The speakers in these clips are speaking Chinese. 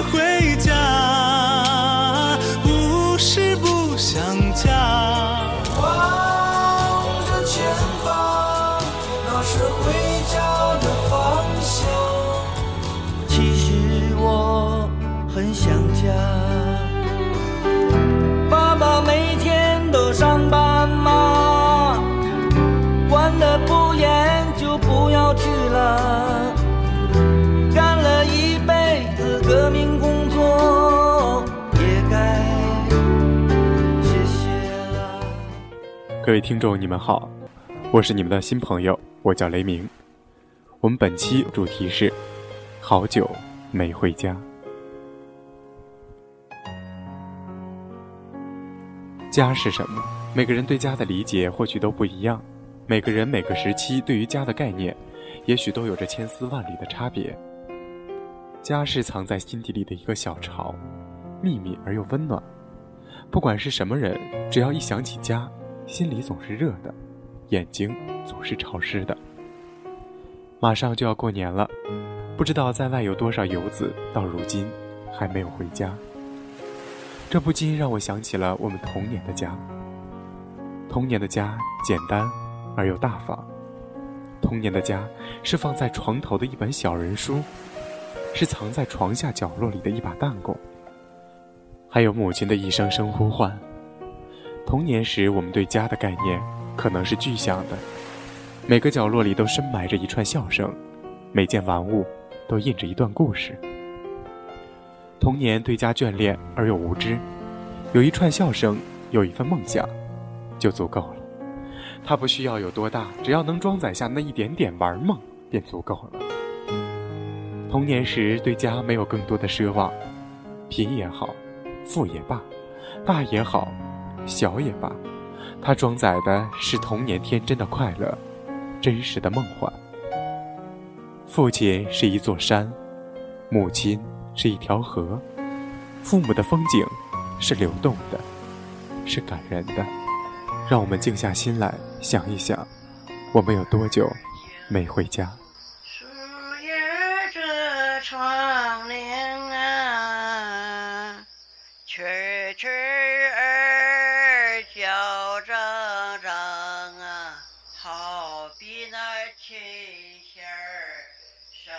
回家，不是不想家。 望着前方，那是回家的方向。其实我很想家，爸爸每天都上班吗？管得不严就不要去了，干了一辈子革命工作，也该谢谢了。 各位听众你们好，我是你们的新朋友，我叫雷鸣。我们本期主题是好久没回家。家是什么？每个人对家的理解或许都不一样，每个人每个时期对于家的概念也许都有着千丝万缕的差别。家是藏在心底里的一个小巢，秘密而又温暖。不管是什么人，只要一想起家，心里总是热的，眼睛总是潮湿的。马上就要过年了，不知道在外有多少游子到如今还没有回家。这不禁让我想起了我们童年的家。童年的家简单而又大方，童年的家是放在床头的一本小人书，是藏在床下角落里的一把弹弓，还有母亲的一声声呼唤。童年时我们对家的概念可能是具象的，每个角落里都深埋着一串笑声，每件玩物都印着一段故事。童年对家眷恋而又无知，有一串笑声，有一份梦想就足够了。它不需要有多大，只要能装载下那一点点玩梦便足够了。童年时对家没有更多的奢望，贫也好，富也罢，大也好，小也罢，它装载的是童年天真的快乐，真实的梦幻。父亲是一座山，母亲是一条河，父母的风景是流动的，是感人的。让我们静下心来想一想，我们有多久没回家。 树叶遮窗帘啊，蛐蛐儿叫喳喳啊，好比那琴弦儿声。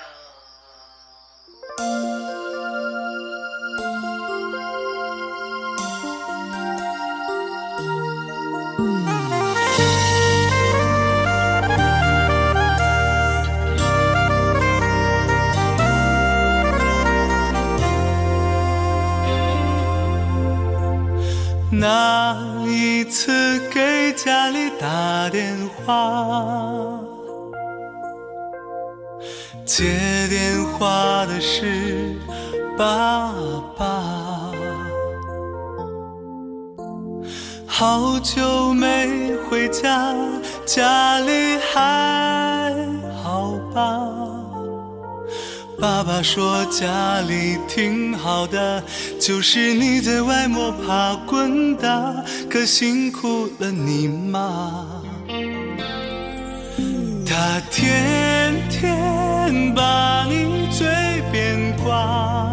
那一次给家里打电话，接电话的是爸爸。好久没回家，家里还好吧？爸爸说家里挺好的，就是你在外摸爬滚打，可辛苦了你妈。他天天把你嘴边挂，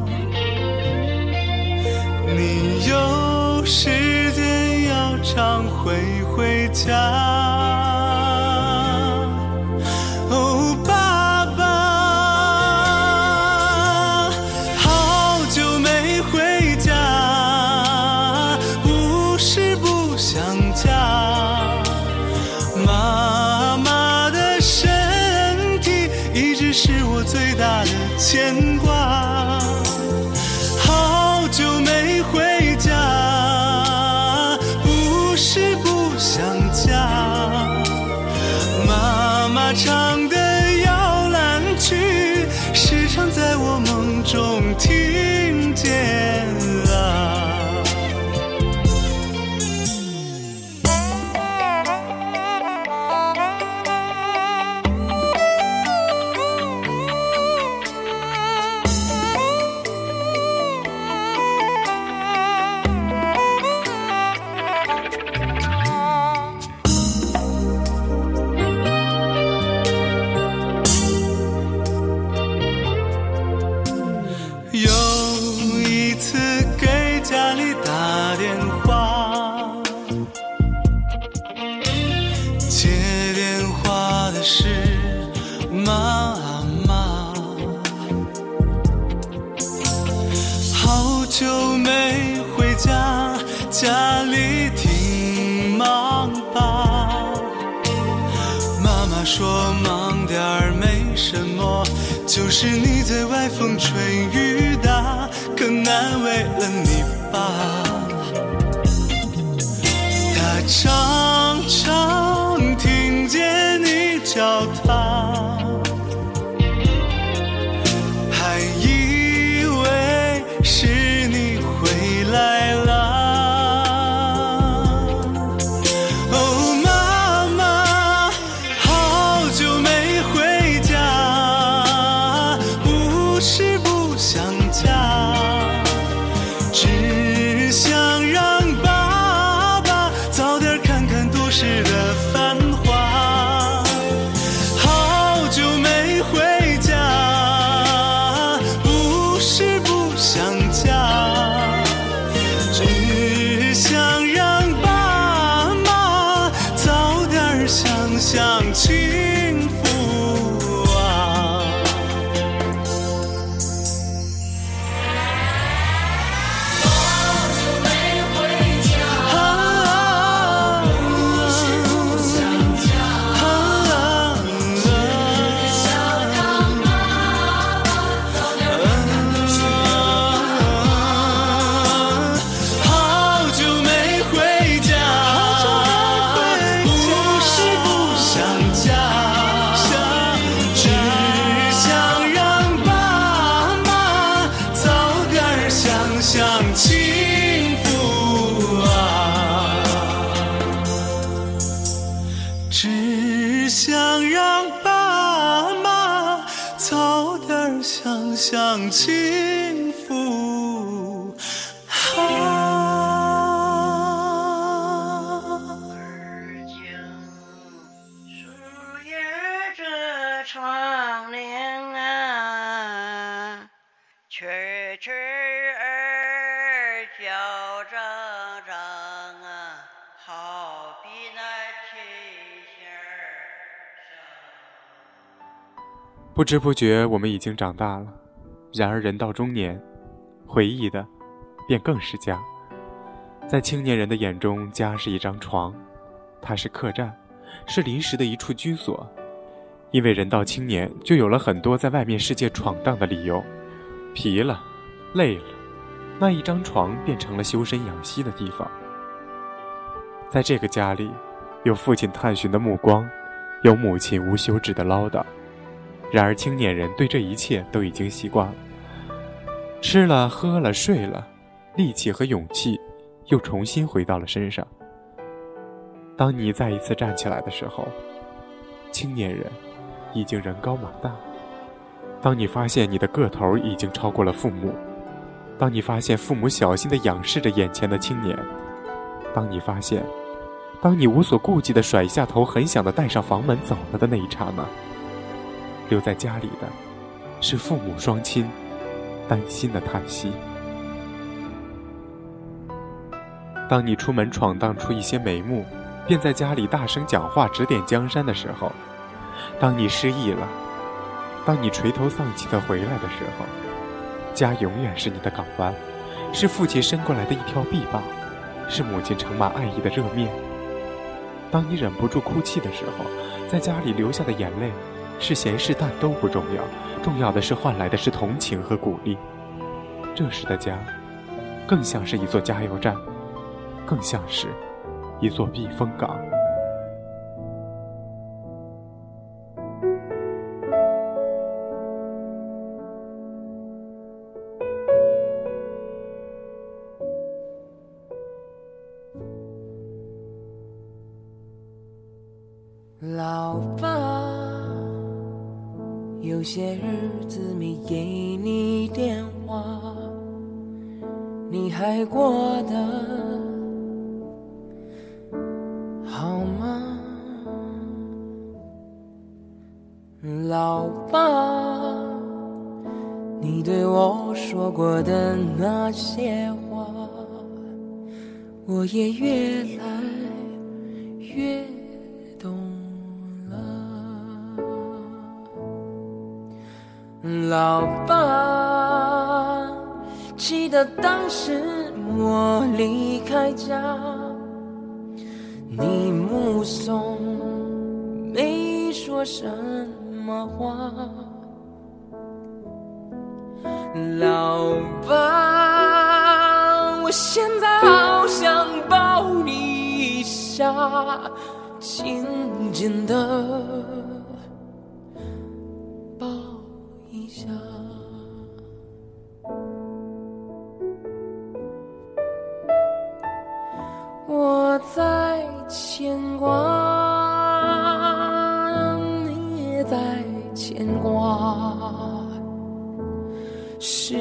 你有时间要常回家。最大的牵挂，好久没回家，不是不想家。妈妈唱的摇篮曲，时常在我梦中听见啊。 久没回家，家里挺忙吧？妈妈说忙点儿没什么，就是你在外风吹雨打，可难为了你爸。他常常听见你叫他，还以为是你回来了。哦，妈妈，好久没回家，不是不想家，只想让爸爸早点看看都市的繁华。好久没回家，不是不想家，只想让爸妈早点想想幸福啊。好久没回家，不是不想家，只想让爸妈早点想想幸福啊。只想让爸妈早点想想幸福啊。 而今树叶遮窗帘啊，蛐蛐儿叫喳喳啊，好比那提线儿上。 不知不觉我们已经长大了，然而人到中年，回忆的便更是家。在青年人的眼中，家是一张床，它是客栈，是临时的一处居所。因为人到青年，就有了很多在外面世界闯荡的理由，疲了，累了，那一张床变成了修身养息的地方。在这个家里，有父亲探寻的目光，有母亲无休止的唠叨。然而青年人对这一切都已经习惯了，吃了喝了睡了，力气和勇气又重新回到了身上。当你再一次站起来的时候，青年人已经人高马大。当你发现你的个头已经超过了父母，当你发现父母小心地仰视着眼前的青年，当你无所顾忌地甩下头，很想地带上房门走了的那一刹那，留在家里的是父母双亲担心的叹息。当你出门闯荡出一些眉目，便在家里大声讲话指点江山的时候，当你失意了，当你垂头丧气地回来的时候，家永远是你的港湾，是父亲伸过来的一条臂膀，是母亲盛满爱意的热面。当你忍不住哭泣的时候，在家里流下的眼泪是咸是淡都不重要，重要的是换来的是同情和鼓励。这时的家更像是一座加油站，更像是一座避风港。 老爸，有些日子没给你电话，你还过得好吗？老爸，你对我说过的那些话，我也越来越懂了。老爸， 记得当时我离开家，你目送没说什么话。老爸，我现在好想抱你一下，紧紧地抱一下。我在牵挂，你也在牵挂，是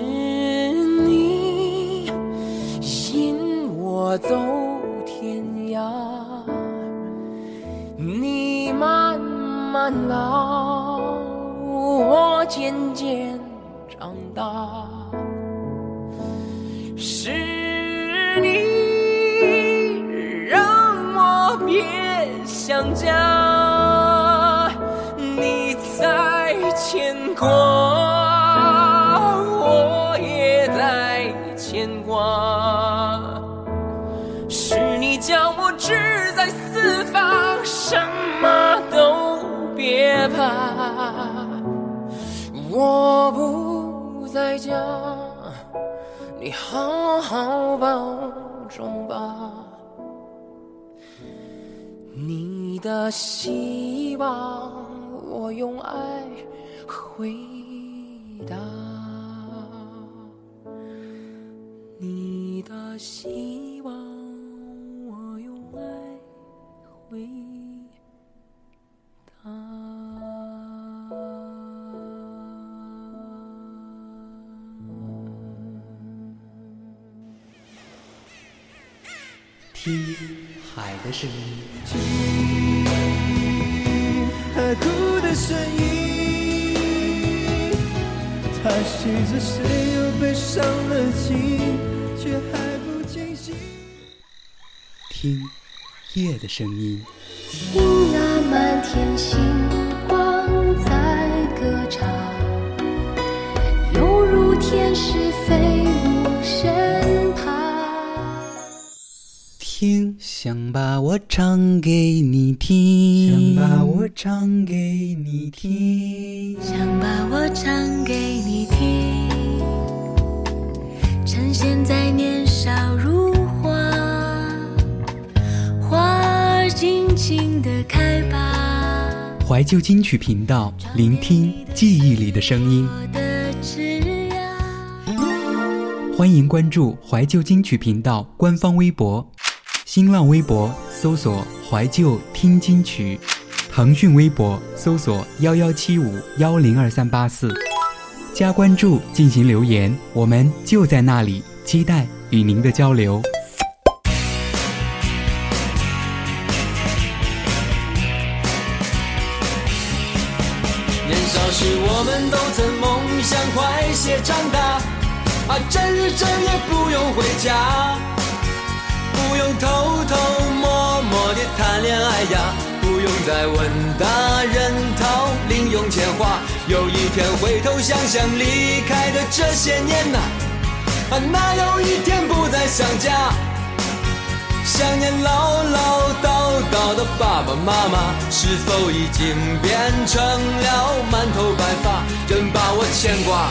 你引我走天涯，你慢慢老，我渐渐长大，是你别想家，你在牵挂，我也在牵挂，是你叫我志在四方，什么都别怕，我不在家，你好好保重吧。你的希望，我用爱回答。你的希望，我用爱回答。 听海的声音， 听海哭的声音，它是着谁又悲伤了情，却还不清醒。 听夜的声音， 听那满天星光在歌唱，犹如天使飞舞身旁。 听，想把我唱给你听，想把我唱给你听， 想把我唱给你听，趁现在年少如花，花儿尽情地开吧。 怀旧金曲频道，聆听记忆里的声音。欢迎关注怀旧金曲频道官方微博，新浪微博搜索怀旧听金曲，腾讯微博搜索1175102384，加关注进行留言，我们就在那里，期待与您的交流。 年少时我们都曾梦想快些长大，整日整夜不用回家，不用偷偷摸摸地谈恋爱呀，不用再问大人讨零用钱花。有一天回头想想离开的这些年哪有一天不再想家？想念唠唠叨叨的爸爸妈妈，是否已经变成了满头白发，仍把我牵挂？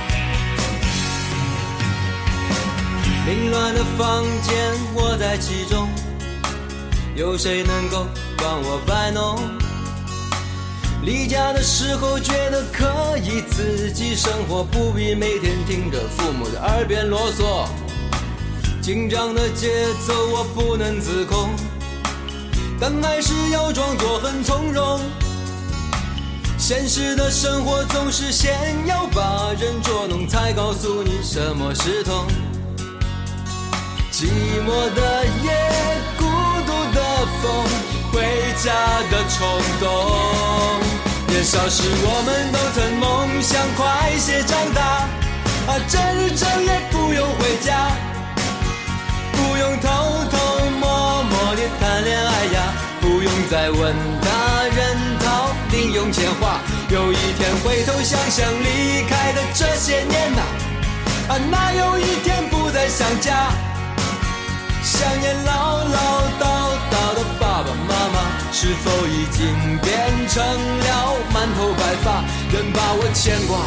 凌乱的房间，我在其中，有谁能够帮我摆弄？离家的时候觉得可以自己生活，不必每天听着父母的耳边啰嗦。紧张的节奏我不能自控，但还是要装作很从容。现实的生活总是先要把人捉弄，才告诉你什么是痛。寂寞的夜，孤独的风，回家的冲动。年少时我们都曾梦想快些长大，整日整夜不用回家，不用偷偷摸摸地谈恋爱呀，不用再问大人讨零用钱花。有一天回头想想离开的这些年哪有一天不再想家？想念唠唠叨叨的爸爸妈妈，是否已经变成了满头白发，人把我牵挂。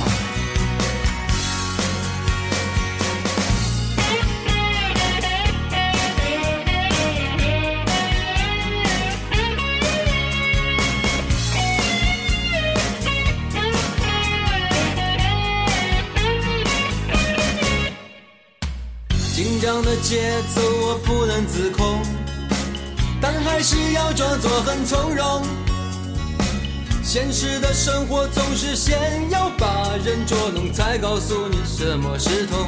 紧张的节奏我不能自控，但还是要装作很从容。现实的生活总是先要把人捉弄，才告诉你什么是痛。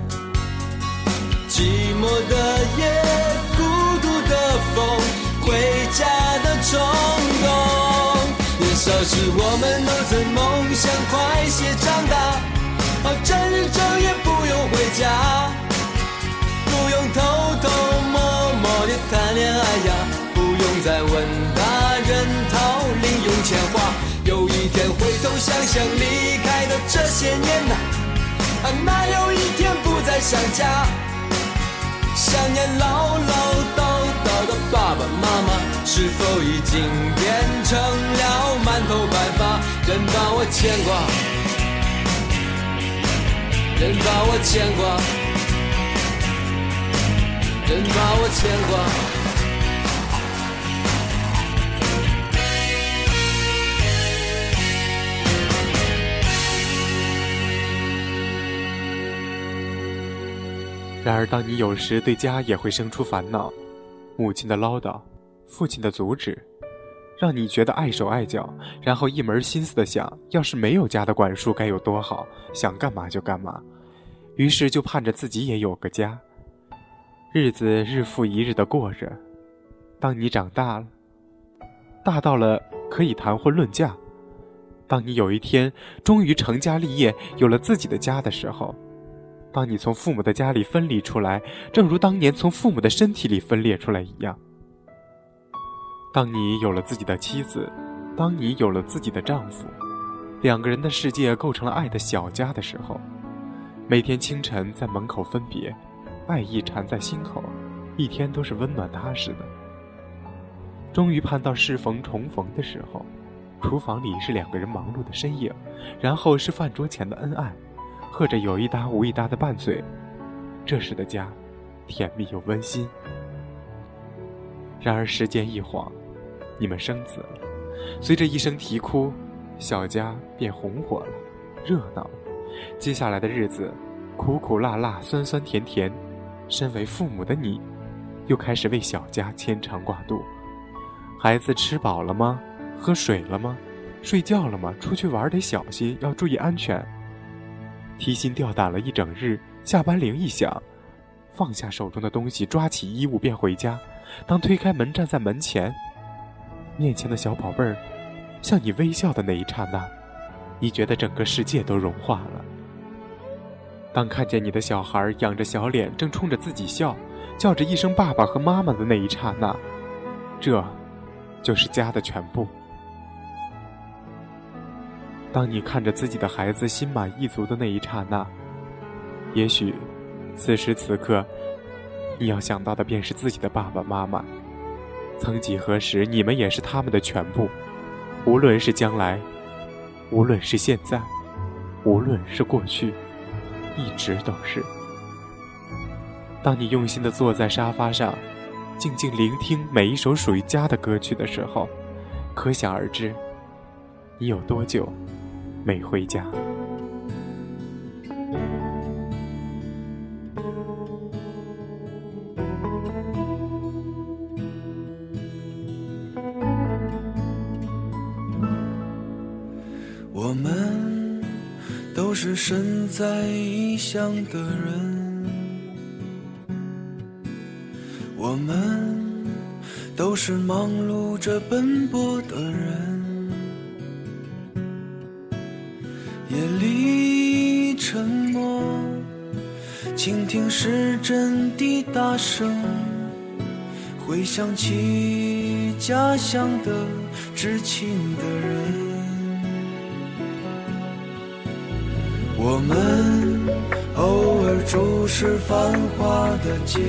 寂寞的夜，孤独的风，回家的冲动。年少时我们都曾梦想快些长大，整日整夜不用回家，不用偷偷摸摸地谈恋爱呀，不用再问大人讨零用钱花。有一天回头想想离开的这些年哪有一天不再想家？想念唠唠叨叨的爸爸妈妈，是否已经变成了满头白发？人把我牵挂，人把我牵挂，人把我牵挂。 然而当你有时对家也会生出烦恼，母亲的唠叨，父亲的阻止，让你觉得碍手碍脚，然后一门心思的想，要是没有家的管束该有多好，想干嘛就干嘛，于是就盼着自己也有个家。日子日复一日的过着，当你长大了，大到了可以谈婚论嫁，当你有一天终于成家立业，有了自己的家的时候，当你从父母的家里分离出来，正如当年从父母的身体里分裂出来一样，当你有了自己的妻子，当你有了自己的丈夫，两个人的世界构成了爱的小家的时候，每天清晨在门口分别，爱意缠在心口，一天都是温暖踏实的。终于盼到适逢重逢的时候，厨房里是两个人忙碌的身影，然后是饭桌前的恩爱，喝着有一搭无一搭的拌嘴，这时的家甜蜜又温馨。然而时间一晃，你们生子了，随着一声啼哭，小家变红火了，热闹了。接下来的日子苦苦辣辣，酸酸甜甜，身为父母的你又开始为小家牵肠挂肚。孩子吃饱了吗？喝水了吗？睡觉了吗？出去玩得小心，要注意安全。提心吊胆了一整日，下班铃一响，放下手中的东西，抓起衣物便回家。当推开门，站在门前，面前的小宝贝儿向你微笑的那一刹那，你觉得整个世界都融化了。当看见你的小孩仰着小脸正冲着自己笑，叫着一声爸爸和妈妈的那一刹那，这就是家的全部。当你看着自己的孩子心满意足的那一刹那，也许此时此刻你要想到的便是自己的爸爸妈妈。曾几何时，你们也是他们的全部，无论是将来，无论是现在，无论是过去，一直都是。当你用心地坐在沙发上，静静聆听每一首属于家的歌曲的时候，可想而知，你有多久没回家。 我们都是身在异乡的人，我们都是忙碌着奔波的人，夜里沉默，倾听时针滴答声，回想起家乡的知情的人。我们偶市繁华的街，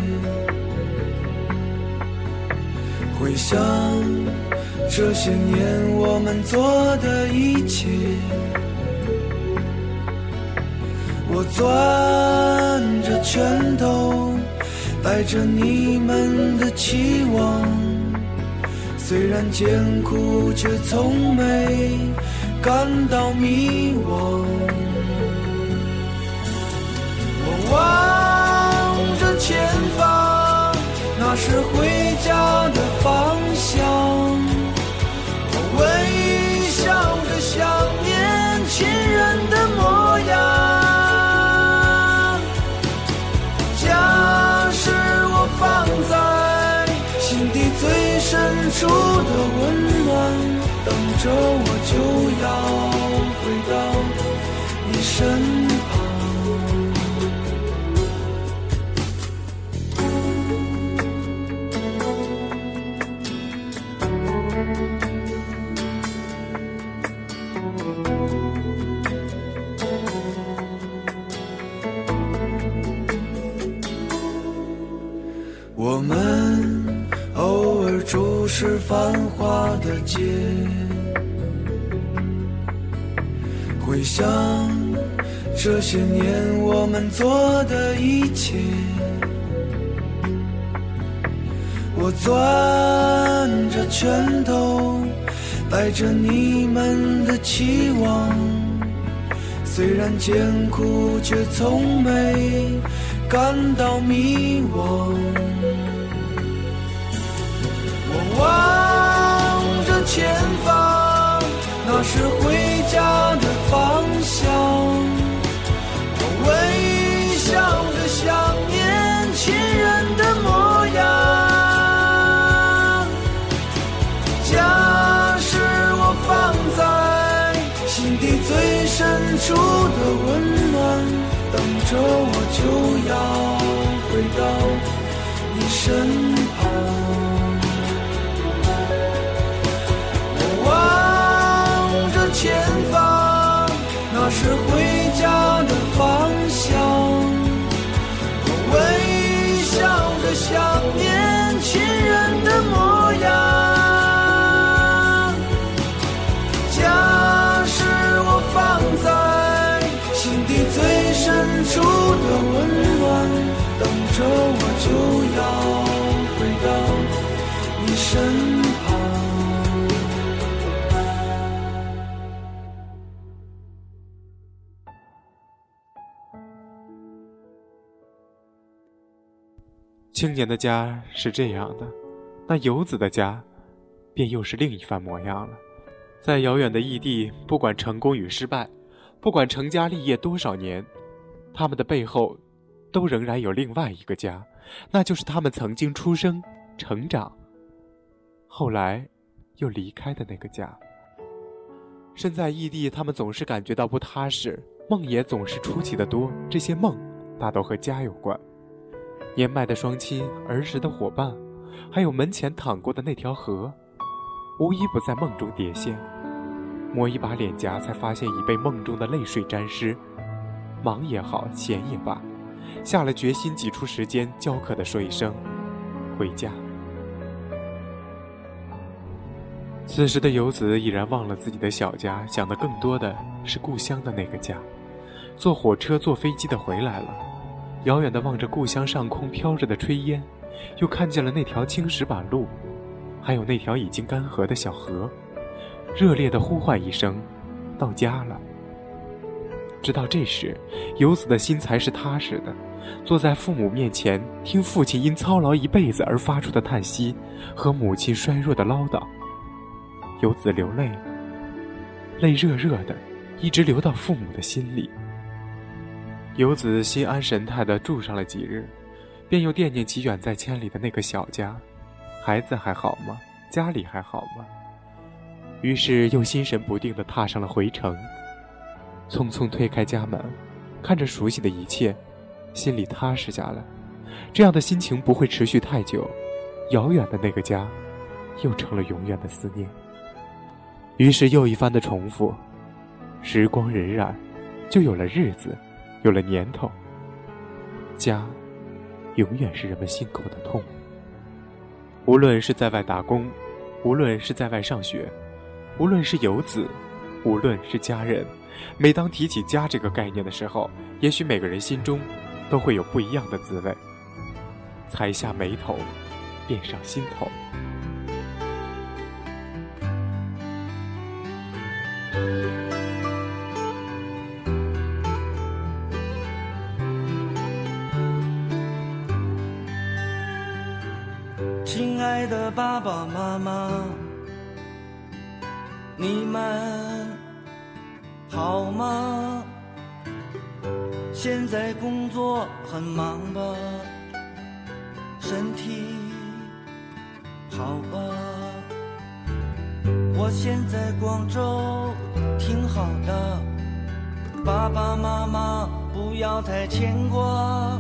回想这些年我们做的一切，我攥着拳头，带着你们的期望，虽然艰苦却从没感到迷惘。我望着前方，那是回家的方向，我微笑着想念亲人的模样。家是我放在心底最深处的温暖，等着我就要回到你身旁。我们偶尔注视繁华的街，回想这些年我们做的一切，我攥着拳头，带着你们的期望，虽然艰苦却从没感到迷惘。我望着前方，那是回家的方向，我微笑着想念亲人的模样。家是我放在心底最深处的温暖，等着我就要回到你身旁。前方，那是回家的方向，我微笑着想念亲人的模样。家是我放在心底最深处的温暖，等着我就要回到你身旁。 青年的家是这样的，那游子的家便又是另一番模样了。在遥远的异地，不管成功与失败，不管成家立业多少年，他们的背后都仍然有另外一个家，那就是他们曾经出生、成长，后来又离开的那个家。身在异地，他们总是感觉到不踏实，梦也总是出奇的多，这些梦大都和家有关。年迈的双亲，儿时的伙伴，还有门前淌过的那条河，无一不在梦中叠现。抹一把脸颊，才发现已被梦中的泪水沾湿。忙也好，闲也罢，下了决心，挤出时间，焦渴地说一声回家。此时的游子已然忘了自己的小家，想的更多的是故乡的那个家。坐火车坐飞机的回来了，遥远地望着故乡上空飘着的炊烟，又看见了那条青石板路，还有那条已经干涸的小河，热烈地呼唤一声到家了。直到这时，游子的心才是踏实的，坐在父母面前，听父亲因操劳一辈子而发出的叹息和母亲衰弱的唠叨。游子流泪，泪热热的，一直流到父母的心里。游子心安神泰地住上了几日，便又惦念起远在千里的那个小家。孩子还好吗？家里还好吗？于是又心神不定地踏上了回程。匆匆推开家门，看着熟悉的一切，心里踏实下来。这样的心情不会持续太久，遥远的那个家又成了永远的思念。于是又一番的重复，时光荏苒，就有了日子，有了年头。 家永远是人们心口的痛。无论是在外打工，无论是在外上学，无论是游子，无论是家人，每当提起家这个概念的时候，也许每个人心中都会有不一样的滋味。裁下眉头，变上心头。 亲爱的爸爸妈妈，你们好吗？现在工作很忙吧？身体好吧？我现在广州挺好的，爸爸妈妈不要太牵挂。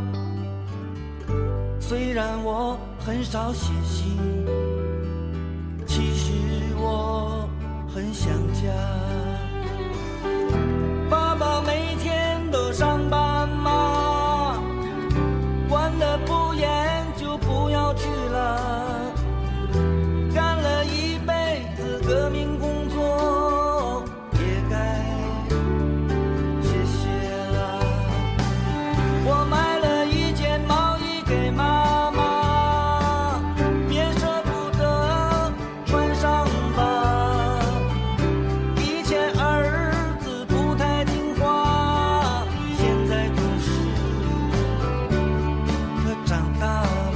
虽然我很少写信，其实我很想家。爸爸每天都上班吗？管得不严就不要去了。干了一辈子革命工作，也该谢谢了。我买了一件毛衣给妈妈，别舍不得穿上吧。以前儿子不太听话，现在懂事，可长大了。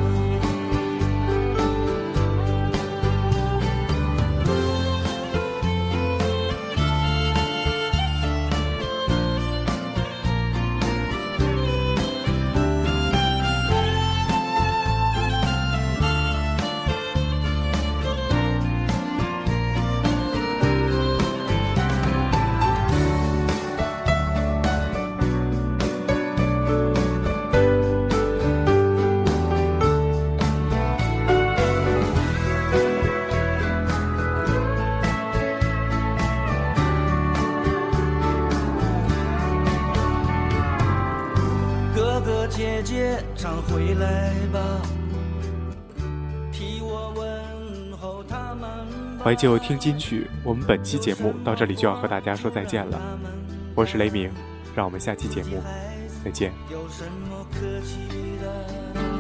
哥哥姐姐常回来吧，替我问候他们吧。 怀旧听金曲，我们本期节目到这里就要和大家说再见了。我是雷鸣，让我们下期节目再见。 有什么可惜的？